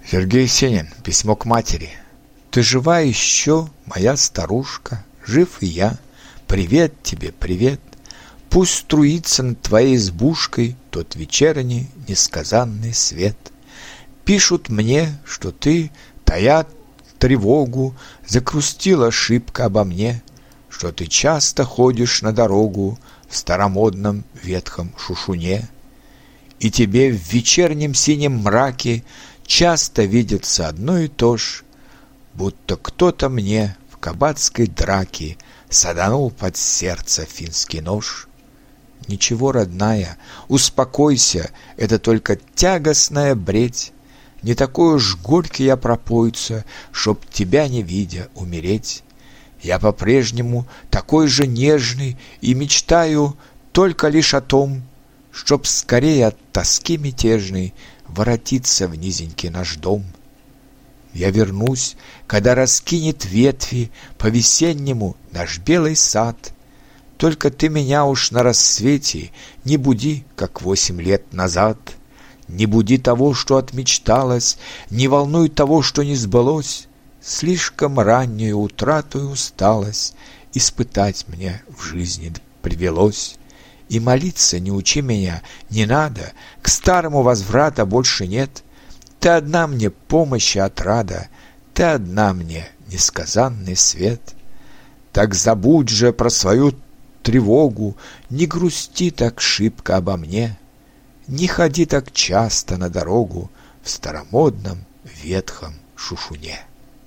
Сергей Есенин. Письмо к матери. Ты жива еще, моя старушка, жив и я. Привет тебе, привет. Пусть струится над твоей избушкой тот вечерний несказанный свет. Пишут мне, что ты, тая тревогу, закрустила шибко обо мне, что ты часто ходишь на дорогу в старомодном ветхом шушуне, и тебе в вечернем синем мраке часто видится одно и то ж, будто кто-то мне в кабацкой драке саданул под сердце финский нож. Ничего, родная, успокойся, это только тягостная бредь. Не такой уж горький я пропойца, чтоб тебя не видя умереть. Я по-прежнему такой же нежный и мечтаю только лишь о том, чтоб скорее от тоски мятежной воротиться в низенький наш дом. Я вернусь, когда раскинет ветви по-весеннему наш белый сад. Только ты меня уж на рассвете не буди, как 8 лет назад. Не буди того, что отмечталось, не волнуй того, что не сбылось. Слишком раннюю утрату и усталость испытать мне в жизни привелось. И молиться не учи меня, не надо, к старому возврата больше нет. Ты одна мне помощь и отрада, ты одна мне несказанный свет. Так забудь же про свою тревогу, не грусти так шибко обо мне, не ходи так часто на дорогу в старомодном ветхом шушуне.